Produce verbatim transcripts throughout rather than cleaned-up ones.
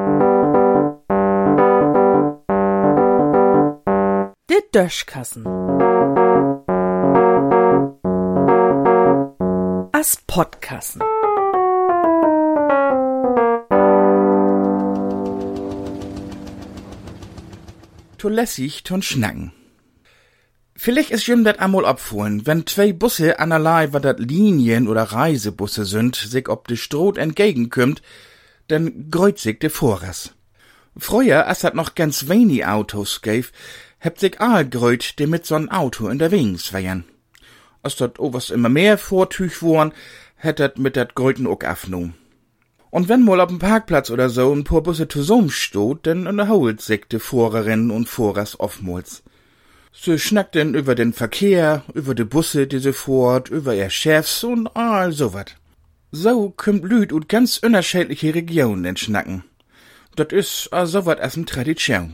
De Döschkassen. As Podkassen. To lässig, ton schnacken. Vielleicht ist jüm dat amol abfuhren, wenn zwei Busse anerlei, wat dat Linien- oder Reisebusse sind, sich ob de Stroh entgegenkümmt, dann greut sich de Vorras. Früher, als dat noch ganz wenig Autos gäf, hebt sich all greut, die mit so'n Auto in der Wings wären. Als dat owas immer mehr Vortüch worn, hätt dat mit dat Greuten ook afnu. Und wenn mal auf dem Parkplatz oder so ein paar Busse zusammen stot, dann unterholt sich de Vorerinnen und Vorers oftmals. Sie schnackten über den Verkehr, über de Busse, die sie fort, über ihr Chefs und all so wat. So kümmt Lüd ut ganz unterschiedliche Regionen in Schnacken. Dat is a so wat as n Tradition.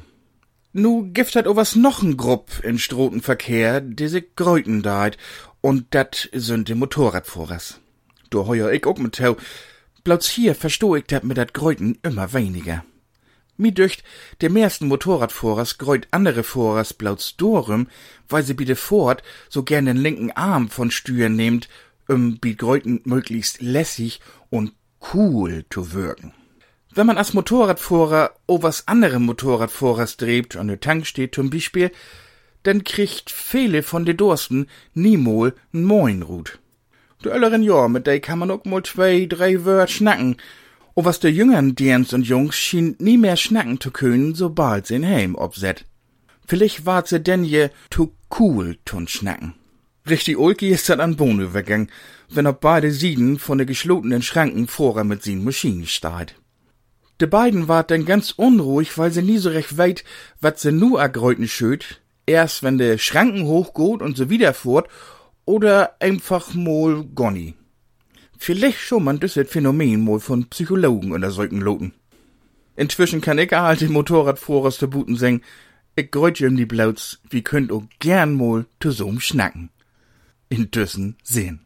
Nu gibt dat owas noch n Grupp in Strotenverkehr, die sich Greuten deit, und dat sind de Motorradfahrers. Du heuer ich ook mit tau, bloß hier verstoh ich dat mit dat Greuten immer weniger. Mi dücht, de meisten Motorradfahrers greut andere Fahrers bloß dorem, weil sie bi de Fort so gern den linken Arm von Stüren nehmt, um bi Greuten möglichst lässig und cool zu wirken. Wenn man als Motorradfahrer o was andere Motorradfahrers dreht, an der Tank steht zum Beispiel, dann kriegt viele von de Dursten niemol n Moinrut. De älteren Jahr, mit dei kann man ook mal zwei, drei Wörter schnacken, o was de jüngeren Dirns und Jungs schien nie mehr schnacken zu können, sobald sie in Heim obset. Vielleicht wart sie denn je zu cool tun schnacken. Richtig ulki ist dat an Bohne übergang, wenn auf beide Sieden von de geschlotenen Schranken Vorher mit sin Maschinen steht. De beiden wart denn ganz unruhig, weil sie nie so recht weit, wat se nu agreuten schöt, erst wenn de Schranken hochgeht und so wieder fort, oder einfach mal gonni. Vielleicht schon man düsset Phänomen mal von Psychologen oder solchen Loten. Inzwischen kann ich halt den Motorradfahrers der Buten singen, ich greut jem die Blauts, wie könnt auch gern mal zu so'm schnacken. In Düssen sehen.